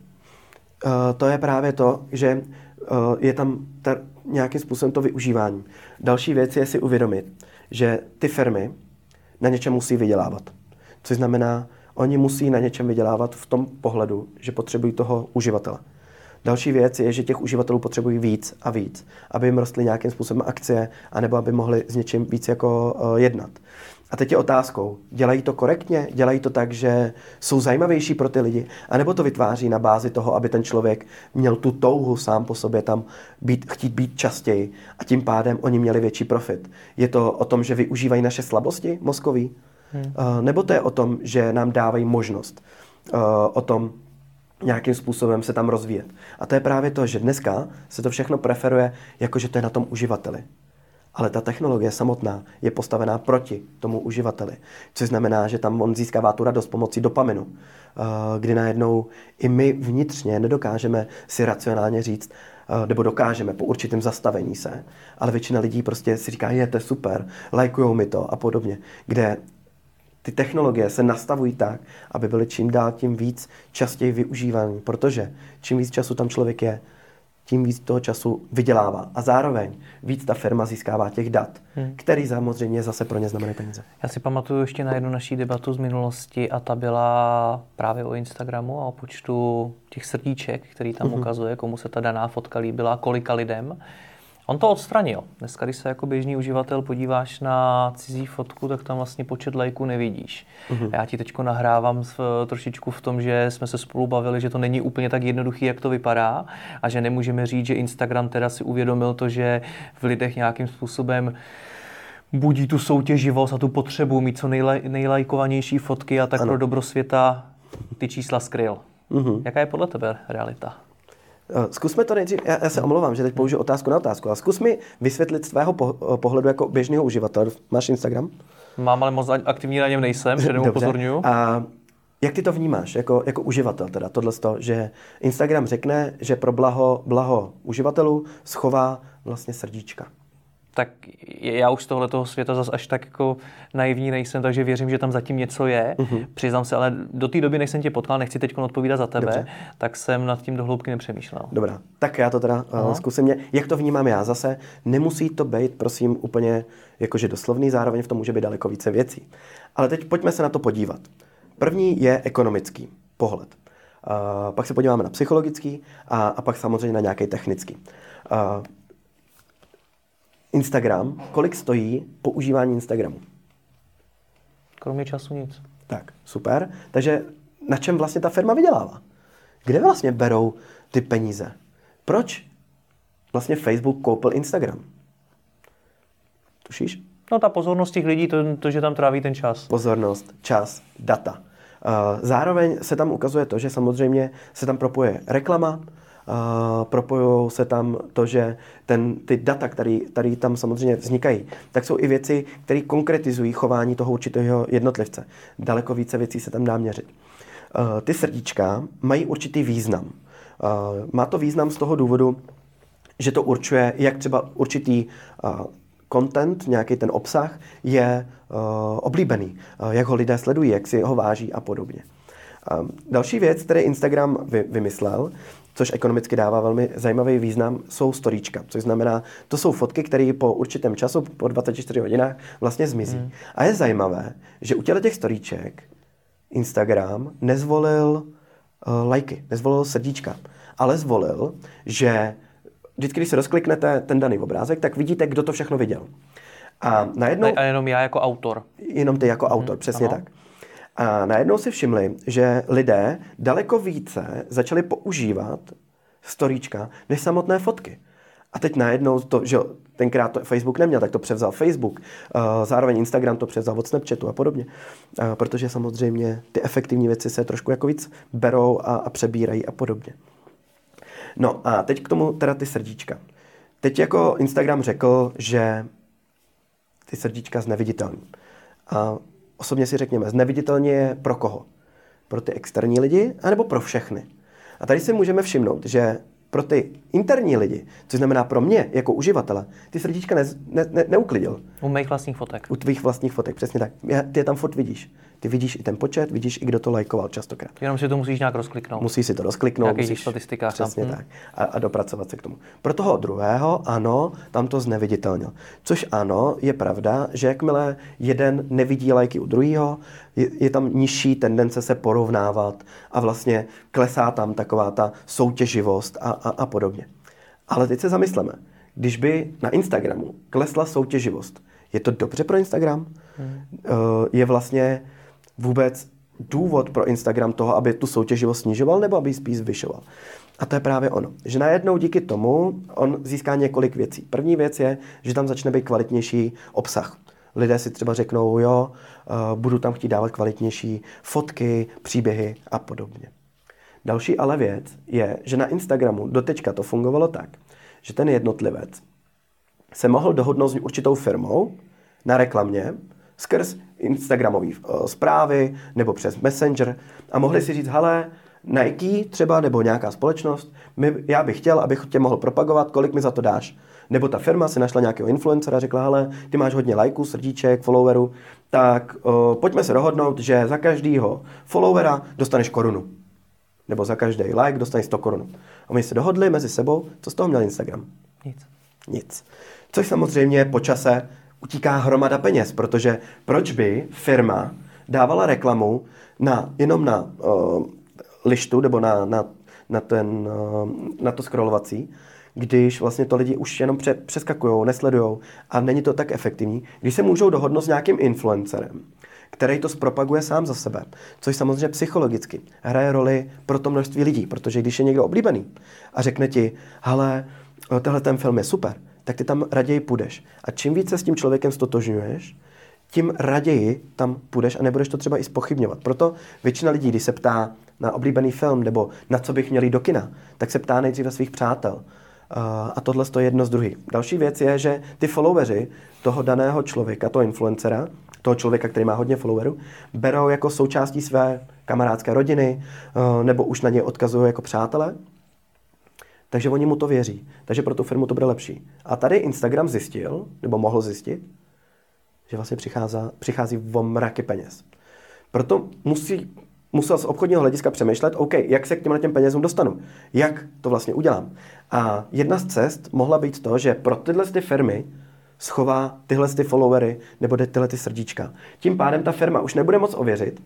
To je právě to, že je tam nějakým způsobem to využívání. Další věc je si uvědomit, že ty firmy na něčem musí vydělávat. Což znamená, oni musí na něčem vydělávat v tom pohledu, že potřebují toho uživatele. Další věc je, že těch uživatelů potřebují víc a víc, aby jim rostly nějakým způsobem akcie, anebo aby mohli s něčím víc jako jednat. A teď je otázkou, dělají to korektně? Dělají to tak, že jsou zajímavější pro ty lidi? A nebo to vytváří na bázi toho, aby ten člověk měl tu touhu sám po sobě tam chtít být častěji a tím pádem oni měli větší profit? Je to o tom, že využívají naše slabosti mozkový? Nebo to je o tom, že nám dávají možnost o tom nějakým způsobem se tam rozvíjet? A to je právě to, že dneska se to všechno preferuje, jako že to je na tom uživateli. Ale ta technologie samotná je postavená proti tomu uživateli. Což znamená, že tam on získává tu radost pomocí dopaminu, kdy najednou i my vnitřně nedokážeme si racionálně říct, nebo dokážeme po určitém zastavení se, ale většina lidí prostě si říká, to je super, lajkujou mi to a podobně, kde ty technologie se nastavují tak, aby byly čím dál tím víc častěji využívané, protože čím víc času tam člověk je, tím víc toho času vydělává. A zároveň víc ta firma získává těch dat, který samozřejmě zase pro ně znamenají peníze. Já si pamatuju ještě na jednu naší debatu z minulosti a ta byla právě o Instagramu a o počtu těch srdíček, který tam ukazuje, komu se ta daná fotka líbila, kolika lidem. On to odstranil. Dneska, když se jako běžný uživatel podíváš na cizí fotku, tak tam vlastně počet lajků nevidíš. Já ti teďko nahrávám trošičku v tom, že jsme se spolu bavili, že to není úplně tak jednoduchý, jak to vypadá a že nemůžeme říct, že Instagram teda si uvědomil to, že v lidech nějakým způsobem budí tu soutěživost a tu potřebu mít co nejlajkovanější fotky a tak pro dobro světa ty čísla skryl. Jaká je podle tebe realita? Zkusme to nejdřív, já se omlouvám, že teď použiju otázku na otázku, ale zkus mi vysvětlit z tvého pohledu jako běžného uživatele. Máš Instagram? Mám, ale moc aktivní na něm nejsem, že jenom upozorňuju. A jak ty to vnímáš jako uživatel teda, tohleto, že Instagram řekne, že pro blaho uživatelů schová vlastně srdíčka? Tak já už z tohletoho světa zase až tak jako naivní nejsem, takže věřím, že tam zatím něco je. Přiznám se, ale do té doby, než jsem tě potkal, nechci teď odpovídat za tebe, dobře, tak jsem nad tím do hloubky nepřemýšlel. Dobrá, tak já to teda zkusím. Jak to vnímám já zase, nemusí to být, prosím, úplně jakože doslovný, zároveň v tom může být daleko více věcí. Ale teď pojďme se na to podívat. První je ekonomický pohled. Pak se podíváme na psychologický a pak samozřejmě na nějaký technický. Instagram, kolik stojí používání Instagramu? Kromě času nic. Tak, super. Takže na čem vlastně ta firma vydělává? Kde vlastně berou ty peníze? Proč vlastně Facebook koupil Instagram? Tušíš? No ta pozornost těch lidí, to, že tam tráví ten čas. Pozornost, čas, data. Zároveň se tam ukazuje to, že samozřejmě se tam propojuje reklama, propojují se tam to, že ty data, které tam samozřejmě vznikají, tak jsou i věci, které konkretizují chování toho určitého jednotlivce. Daleko více věcí se tam dá měřit. Ty srdíčka mají určitý význam. Má to význam z toho důvodu, že to určuje, jak třeba určitý content, nějaký ten obsah je oblíbený, jak ho lidé sledují, jak si ho váží a podobně. Další věc, který Instagram vymyslel, což ekonomicky dává velmi zajímavý význam, jsou storíčka. Což znamená, to jsou fotky, které po určitém času, po 24 hodinách, vlastně zmizí. A je zajímavé, že u těch storíček Instagram nezvolil lajky, nezvolil srdíčka, ale zvolil, že vždycky, když se rozkliknete ten daný obrázek, tak vidíte, kdo to všechno viděl. A najednou... A jenom já jako autor. Jenom ty jako autor, přesně tak. A najednou si všimli, že lidé daleko více začali používat storíčka než samotné fotky. A teď najednou to, že tenkrát to Facebook neměl, tak to převzal Facebook. Zároveň Instagram to převzal od Snapchatu a podobně. Protože samozřejmě ty efektivní věci se trošku jako víc berou a přebírají a podobně. No a teď k tomu teda ty srdíčka. Teď jako Instagram řekl, že ty srdíčka zneviditelní. A osobně si řekněme, zneviditelně je pro koho? Pro ty externí lidi, anebo pro všechny? A tady si můžeme všimnout, že pro ty interní lidi, což znamená pro mě jako uživatele, ty srdíčka neuklidil. U mých vlastních fotek. U tvých vlastních fotek, přesně tak. Ty je tam furt vidíš. Ty vidíš i ten počet, vidíš i kdo to lajkoval častokrát. Jenom si to musíš nějak rozkliknout. Musíš si to rozkliknout. Musíš statistikách. Přesně tak. A dopracovat se k tomu. Pro toho druhého, ano, tam to zneviditelnil. Což ano, je pravda, že jakmile jeden nevidí lajky u druhého, je tam nižší tendence se porovnávat a vlastně klesá tam taková ta soutěživost a podobně. Ale teď se zamysleme. Když by na Instagramu klesla soutěživost, je to dobře pro Instagram? Je vlastně vůbec důvod pro Instagram toho, aby tu soutěživost snižoval nebo aby ji spíš zvyšoval? A to je právě ono. Že najednou díky tomu on získá několik věcí. První věc je, že tam začne být kvalitnější obsah. Lidé si třeba řeknou, jo, budu tam chtít dávat kvalitnější fotky, příběhy a podobně. Další ale věc je, že na Instagramu doteďka to fungovalo tak, že ten jednotlivec se mohl dohodnout s určitou firmou na reklamě skrz Instagramové zprávy nebo přes Messenger a mohli si říct, hele, Nike třeba nebo nějaká společnost, já bych chtěl, abych tě mohl propagovat, kolik mi za to dáš. Nebo ta firma si našla nějakého influencera a řekla, hele, ty máš hodně lajků, srdíček, followerů, tak pojďme se dohodnout, že za každýho followera dostaneš korunu. Nebo za každý like dostaneš 100 korun. Oni se dohodli mezi sebou, co z toho měl Instagram? Nic. Což samozřejmě po čase utíká hromada peněz, protože proč by firma dávala reklamu jenom na lištu nebo na to scrollovací, když vlastně to lidi už jenom přeskakujou, nesledujou a není to tak efektivní, když se můžou dohodnout s nějakým influencerem, který to zpropaguje sám za sebe, což samozřejmě psychologicky hraje roli pro to množství lidí, protože když je někdo oblíbený a řekne ti, hele, tenhle ten film je super, tak ty tam raději půjdeš. A čím více s tím člověkem stotožňuješ, tím raději tam půjdeš a nebudeš to třeba i zpochybňovat. Proto většina lidí, když se ptá na oblíbený film nebo na co bych měl jít do kina, tak se ptá nejdříve svých přátel. A tohle je jedno z druhých. Další věc je, že ty followeri toho daného člověka, toho influencera, toho člověka, který má hodně followerů, berou jako součástí své kamarádské rodiny nebo už na něj odkazují jako přátelé. Takže oni mu to věří. Takže pro tu firmu to bude lepší. A tady Instagram zjistil, nebo mohl zjistit, že vlastně přichází o mraky peněz. Proto musel z obchodního hlediska přemýšlet, OK, jak se k těm penězům dostanu? Jak to vlastně udělám? A jedna z cest mohla být to, že pro tyhle ty firmy schová tyhle ty followery nebo tyhle ty srdíčka. Tím pádem ta firma už nebude moc ověřit,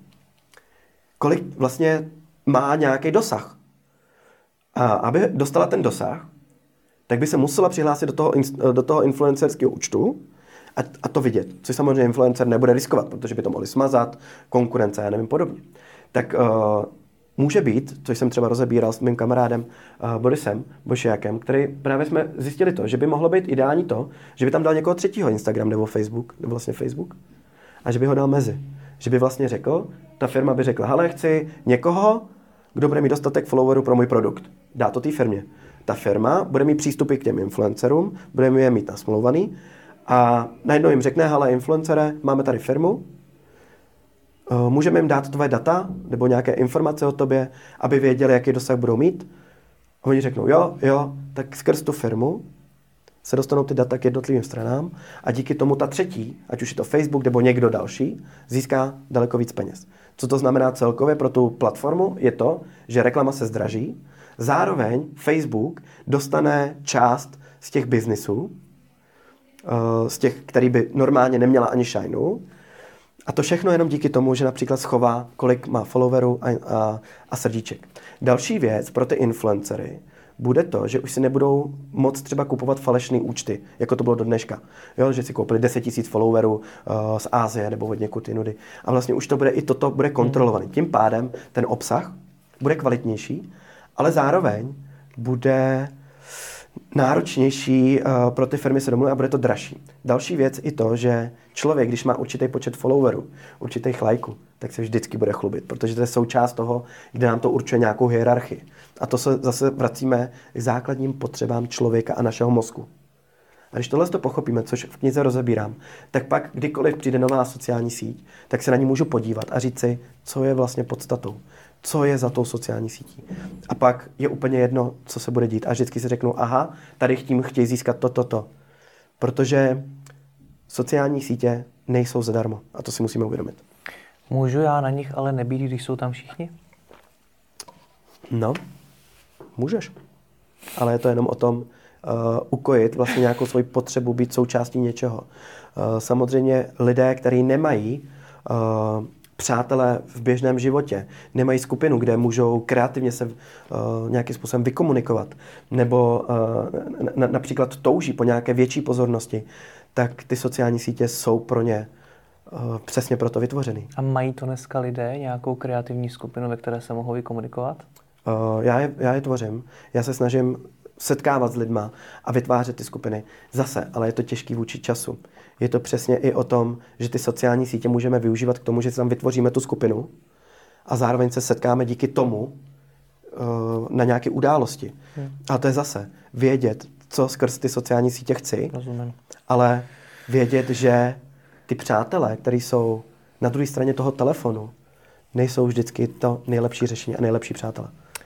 kolik vlastně má nějaký dosah. A aby dostala ten dosah, tak by se musela přihlásit do toho influencerského účtu a to vidět. Což samozřejmě influencer nebude riskovat, protože by to mohli smazat, konkurence a nevím podobně. Tak může být, což jsem třeba rozebíral s mým kamarádem Borisem Bošiákem, který právě jsme zjistili to, že by mohlo být ideální to, že by tam dal někoho třetího Instagram nebo vlastně Facebook a že by ho dal mezi. Že by vlastně řekl, ta firma by řekla, hele, chci někoho, kdo bude mít dostatek followerů pro můj produkt. Dá to té firmě. Ta firma bude mít přístupy k těm influencerům, bude je mít nasmlouvaný a najednou jim řekne, hele, influencere, máme tady firmu, můžeme jim dát tvoje data nebo nějaké informace o tobě, aby věděli, jaký dosah budou mít. A oni řeknou, jo, tak skrz tu firmu se dostanou ty data k jednotlivým stranám a díky tomu ta třetí, ať už je to Facebook nebo někdo další, získá daleko víc peněz. Co to znamená celkově pro tu platformu? Je to, že reklama se zdraží, zároveň Facebook dostane část z těch biznisů, z těch, který by normálně neměla ani shinu. A to všechno jenom díky tomu, že například schová, kolik má followerů a srdíček. Další věc pro ty influencery bude to, že už si nebudou moc třeba kupovat falešné účty, jako to bylo do dneška. Jo, že si koupili 10 000 followerů z Asie nebo od někud jinudy. A vlastně už to bude i toto bude kontrolovaný. Tím pádem ten obsah bude kvalitnější, ale zároveň bude náročnější pro ty firmy se domluvit a bude to dražší. Další věc i to, že člověk, když má určitý počet followerů, určitých lajků, tak se vždycky bude chlubit, protože to je součást toho, kde nám to určuje nějakou hierarchii. A to se zase vracíme k základním potřebám člověka a našeho mozku. A když tohle to pochopíme, což v knize rozebírám, tak pak kdykoliv přijde nová sociální síť, tak se na ní můžu podívat a říct si, co je vlastně podstatou. Co je za tou sociální sítí. A pak je úplně jedno, co se bude dít. A vždycky si řeknu, aha, tady chtějí získat to. Protože sociální sítě nejsou zadarmo. A to si musíme uvědomit. Můžu já na nich ale nebýt, když jsou tam všichni? No, můžeš. Ale je to jenom o tom ukojit vlastně nějakou svoji potřebu být součástí něčeho. Samozřejmě lidé, kteří nemají přátelé v běžném životě, nemají skupinu, kde můžou kreativně se nějakým způsobem vykomunikovat, nebo například touží po nějaké větší pozornosti, tak ty sociální sítě jsou pro ně přesně proto vytvořený. A mají to dneska lidé nějakou kreativní skupinu, ve které se mohou vykomunikovat? Já je tvořím. Já se snažím setkávat s lidma a vytvářet ty skupiny. Zase, ale je to těžký vůči času. Je to přesně i o tom, že ty sociální sítě můžeme využívat k tomu, že si tam vytvoříme tu skupinu a zároveň se setkáme díky tomu na nějaké události. A to je zase vědět, co skrz ty sociální sítě chci, Rozumím. ale vědět, že ty přátelé, kteří jsou na druhé straně toho telefonu, nejsou vždycky to nejlepší řešení a nejlepší přátelé.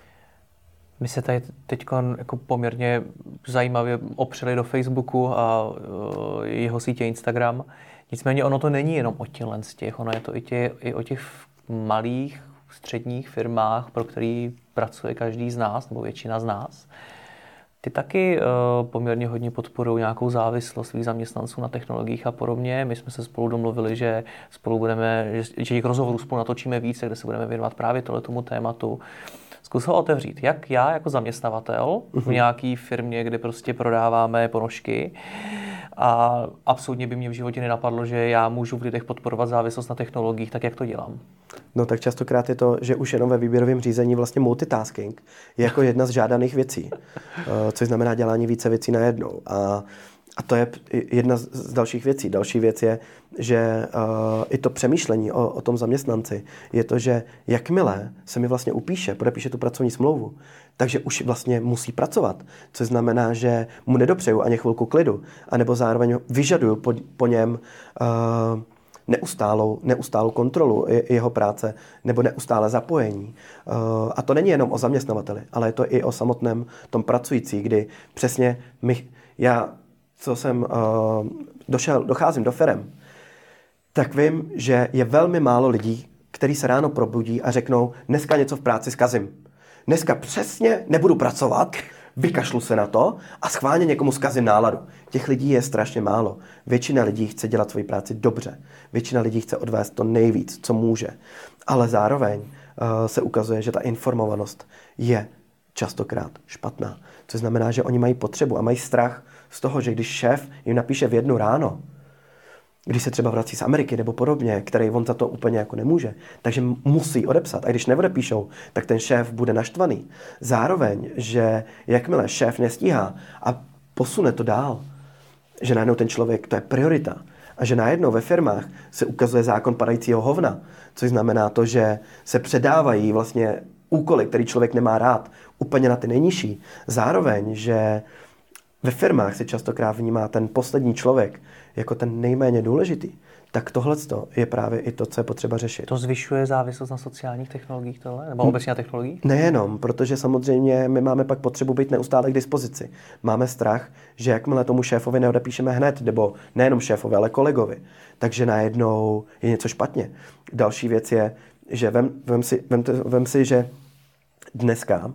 My se tady teď jako poměrně zajímavě opřeli do Facebooku a jeho sítě Instagram. Nicméně ono to není jenom o těch, ono je to i o těch malých, středních firmách, pro který pracuje každý z nás, nebo většina z nás. Ty taky poměrně hodně podporují nějakou závislost svých zaměstnanců na technologiích a podobně. My jsme se spolu domluvili, že spolu budeme, že těch rozhovorů spolu natočíme více, kde se budeme věnovat právě tomuto tématu. Zkus ho otevřít. Jak já jako zaměstnavatel v nějaké firmě, kde prostě prodáváme ponožky, a absolutně by mě v životě nenapadlo, že já můžu v lidech podporovat závislost na technologiích, tak jak to dělám? No tak častokrát je to, že už jenom ve výběrovém řízení vlastně multitasking je jako jedna z žádaných věcí, což znamená dělání více věcí najednou. A to je jedna z dalších věcí. Další věc je, že i to přemýšlení o tom zaměstnanci je to, že jakmile se mi vlastně podepíše tu pracovní smlouvu, takže už vlastně musí pracovat, což znamená, že mu nedopřeju ani chvilku klidu, anebo zároveň vyžaduju po něm neustálou kontrolu jeho práce nebo neustále zapojení. A to není jenom o zaměstnavateli, ale je to i o samotném tom pracující, kdy přesně docházím do firem, tak vím, že je velmi málo lidí, kteří se ráno probudí a řeknou, dneska něco v práci zkazím. Dneska přesně nebudu pracovat, vykašlu se na to a schválně někomu zkazím náladu. Těch lidí je strašně málo. Většina lidí chce dělat svoji práci dobře. Většina lidí chce odvést to nejvíc, co může. Ale zároveň se ukazuje, že ta informovanost je častokrát špatná. Což znamená, že oni mají potřebu a mají strach z toho, že když šéf jim napíše v 1 ráno, když se třeba vrací z Ameriky nebo podobně, který on za to úplně jako nemůže, takže musí odepsat. A když neodepíšou, tak ten šéf bude naštvaný. Zároveň, že jakmile šéf nestíhá a posune to dál, že najednou ten člověk, to je priorita. A že najednou ve firmách se ukazuje zákon padajícího hovna, což znamená to, že se předávají vlastně úkoly, který člověk nemá rád, úplně na ty nejnižší. Zároveň, že ve firmách se častokrát vnímá ten poslední člověk jako ten nejméně důležitý, tak tohle je právě i to, co je potřeba řešit. To zvyšuje závislost na sociálních technologiích tohle? Nebo obecně na technologiích? Nejenom, protože samozřejmě my máme pak potřebu být neustále k dispozici. Máme strach, že jakmile tomu šéfovi neodepíšeme hned, nebo nejenom šéfovi, ale kolegovi, takže najednou je něco špatně. Další věc je, že vem si, že dneska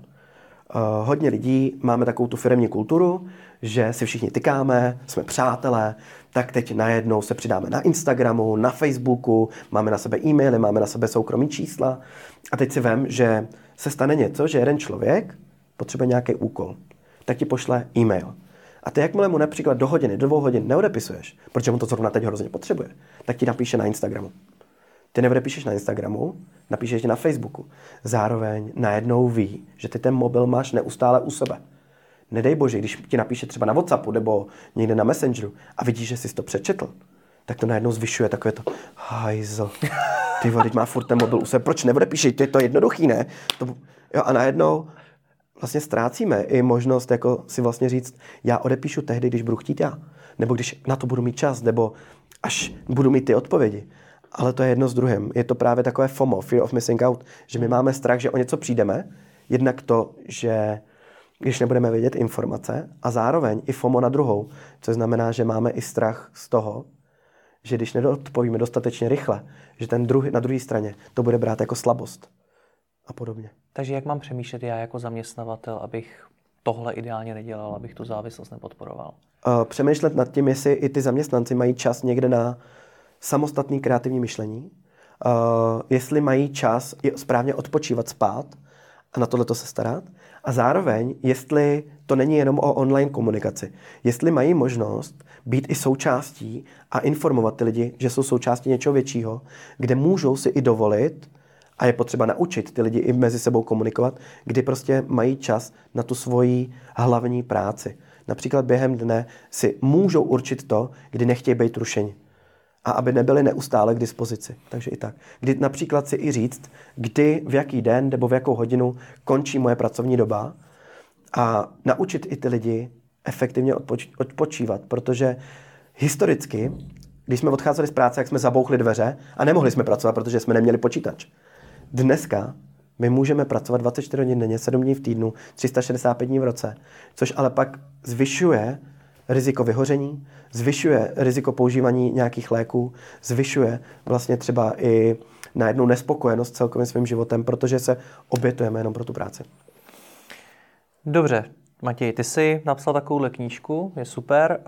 hodně lidí máme takovou tu firemní kulturu, že si všichni tykáme, jsme přátelé, tak teď najednou se přidáme na Instagramu, na Facebooku, máme na sebe e-maily, máme na sebe soukromí čísla a teď si vem, že se stane něco, že jeden člověk potřebuje nějaký úkol, tak ti pošle e-mail. A ty jakmile mu například do hodiny, do 2 hodin neodepisuješ, protože mu to zrovna teď hrozně potřebuje, tak ti napíše na Instagramu. Ty neodepíšeš na Instagramu, napíšeš ti na Facebooku. Zároveň najednou ví, že ty ten mobil máš neustále u sebe. Nedej bože, když ti napíše třeba na WhatsAppu nebo někde na Messengeru a vidíš, že jsi to přečetl, tak to najednou zvyšuje takové to hajzl. Ty vole, teď má furt ten mobil u sebe. Proč neodepíšeš? To je to jednoduchý, ne? Jo, a najednou vlastně ztrácíme i možnost jako si vlastně říct, já odepíšu tehdy, když budu chtít já. Nebo když na to budu mít čas, nebo až budu mít ty odpovědi. Ale to je jedno s druhým. Je to právě takové FOMO, fear of missing out, že my máme strach, že o něco přijdeme, jednak to, že když nebudeme vědět informace a zároveň i FOMO na druhou, což znamená, že máme i strach z toho, že když neodpovíme dostatečně rychle, že ten na druhé straně to bude brát jako slabost a podobně. Takže jak mám přemýšlet já jako zaměstnavatel, abych tohle ideálně nedělal, abych tu závislost nepodporoval? Přemýšlet nad tím, jestli i ty zaměstnanci mají čas někde na samostatný kreativní myšlení, jestli mají čas správně odpočívat, spát a na tohleto se starat. A zároveň, jestli to není jenom o online komunikaci, jestli mají možnost být i součástí a informovat ty lidi, že jsou součástí něčeho většího, kde můžou si i dovolit, a je potřeba naučit ty lidi i mezi sebou komunikovat, kdy prostě mají čas na tu svoji hlavní práci. Například během dne si můžou určit to, kdy nechtějí být rušeni. A aby nebyli neustále k dispozici. Takže i tak. Kdy například si i říct, kdy, v jaký den nebo v jakou hodinu končí moje pracovní doba a naučit i ty lidi efektivně odpočívat, protože historicky, když jsme odcházeli z práce, jak jsme zabouchli dveře a nemohli jsme pracovat, protože jsme neměli počítač. Dneska my můžeme pracovat 24 hodin denně, 7 dní v týdnu, 365 dní v roce, což ale pak zvyšuje riziko vyhoření, zvyšuje riziko používání nějakých léků, zvyšuje vlastně třeba i najednou nespokojenost celkovým svým životem, protože se obětujeme jenom pro tu práci. Dobře, Matěj, ty jsi napsal takovouhle knížku, je super.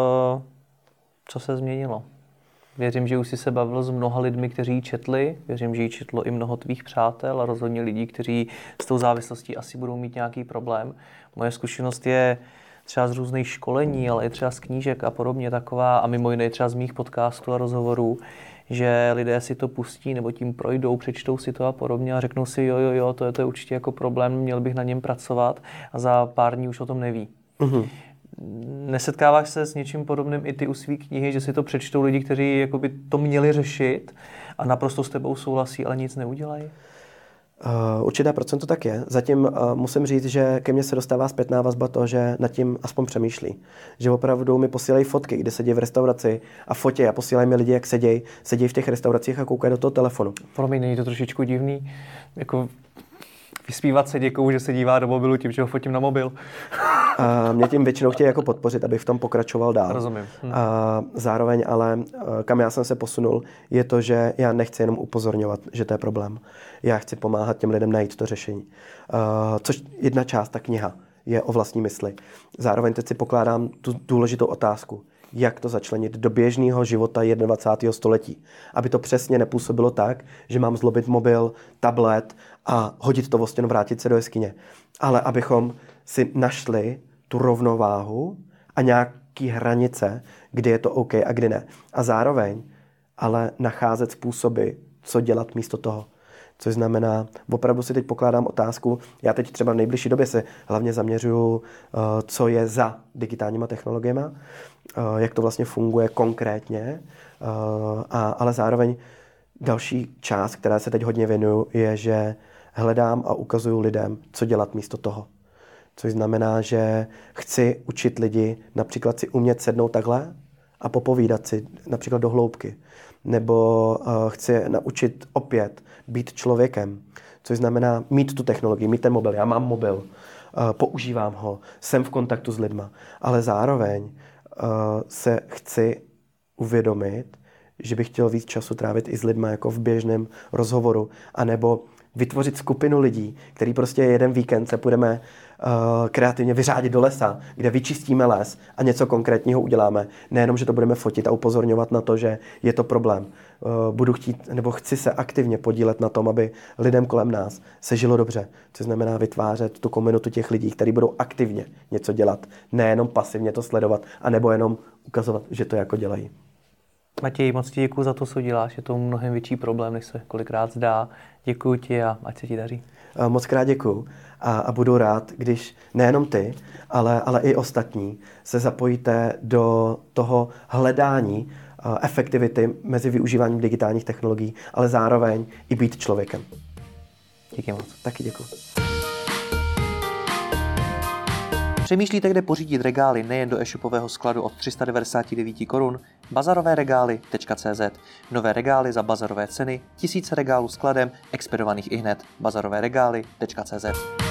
Co se změnilo? Věřím, že už jsi se bavil s mnoha lidmi, kteří ji četli. Věřím, že ji četlo i mnoho tvých přátel a rozhodně lidí, kteří s tou závislostí asi budou mít nějaký problém. Moje zkušenost je třeba z různých školení, ale i třeba z knížek a podobně taková, a mimo jiné třeba z mých podcastů a rozhovorů, že lidé si to pustí nebo tím projdou, přečtou si to a podobně a řeknou si jo, to je určitě jako problém, měl bych na něm pracovat a za pár dní už o tom neví. Mm-hmm. Nesetkáváš se s něčím podobným i ty u svý knihy, že si to přečtou lidi, kteří jakoby to měli řešit a naprosto s tebou souhlasí, ale nic neudělají? Určitá procento tak je. Zatím musím říct, že ke mně se dostává zpětná vazba to, že nad tím aspoň přemýšlí. Že opravdu mi posílají fotky, kde sedí v restauraci a fotě a posílají mi lidi, jak sedí v těch restauracích a koukají do toho telefonu. Pro mě není to trošičku divný? Jako vysmívat se někomu, že se dívá do mobilu tím, že ho fotím na mobil. A mě tím většinou chtějí jako podpořit, abych v tom pokračoval dál. Rozumím. A zároveň ale, kam já jsem se posunul, je to, že já nechci jenom upozorňovat, že to je problém. Já chci pomáhat těm lidem najít to řešení. Což jedna část, ta kniha, je o vlastní mysli. Zároveň teď si pokládám tu důležitou otázku, jak to začlenit do běžného života 21. století. Aby to přesně nepůsobilo tak, že mám zlobit mobil, tablet a hodit to o stěnu, vrátit se do jeskyně. Ale abychom si našli tu rovnováhu a nějaký hranice, kdy je to OK a kdy ne. A zároveň ale nacházet způsoby, co dělat místo toho. Což znamená, opravdu si teď pokládám otázku, já teď třeba v nejbližší době se hlavně zaměřuju, co je za digitálníma technologiemi, jak to vlastně funguje konkrétně, ale zároveň další část, která se teď hodně věnuju, je, že hledám a ukazuju lidem, co dělat místo toho. Což znamená, že chci učit lidi například si umět sednout takhle a popovídat si například do hloubky. Nebo chci naučit opět být člověkem. Což znamená mít tu technologii, mít ten mobil. Já mám mobil, používám ho, jsem v kontaktu s lidma. Ale zároveň se chci uvědomit, že bych chtěl víc času trávit i s lidma jako v běžném rozhovoru. A nebo vytvořit skupinu lidí, který prostě jeden víkend se půjdeme kreativně vyřádit do lesa, kde vyčistíme les a něco konkrétního uděláme. Nejenom, že to budeme fotit a upozorňovat na to, že je to problém. Budu chtít, nebo chci se aktivně podílet na tom, aby lidem kolem nás se žilo dobře. Což znamená vytvářet tu komunitu těch lidí, kteří budou aktivně něco dělat. Nejenom pasivně to sledovat, anebo jenom ukazovat, že to jako dělají. Matěj, moc ti děkuji za to, co děláš. Je to mnohem větší problém, než se kolikrát zdá. Děkuji ti a ať se ti daří. Moc krát děkuji a budu rád, když nejenom ty, ale i ostatní se zapojíte do toho hledání efektivity mezi využíváním digitálních technologií, ale zároveň i být člověkem. Díky moc. Taky děkuji. Přemýšlíte, kde pořídit regály nejen do e-shopového skladu od 399 korun? Bazarovéregály.cz. Nové regály za bazarové ceny, tisíce regálů skladem, expedovaných ihned. Bazarovéregály.cz.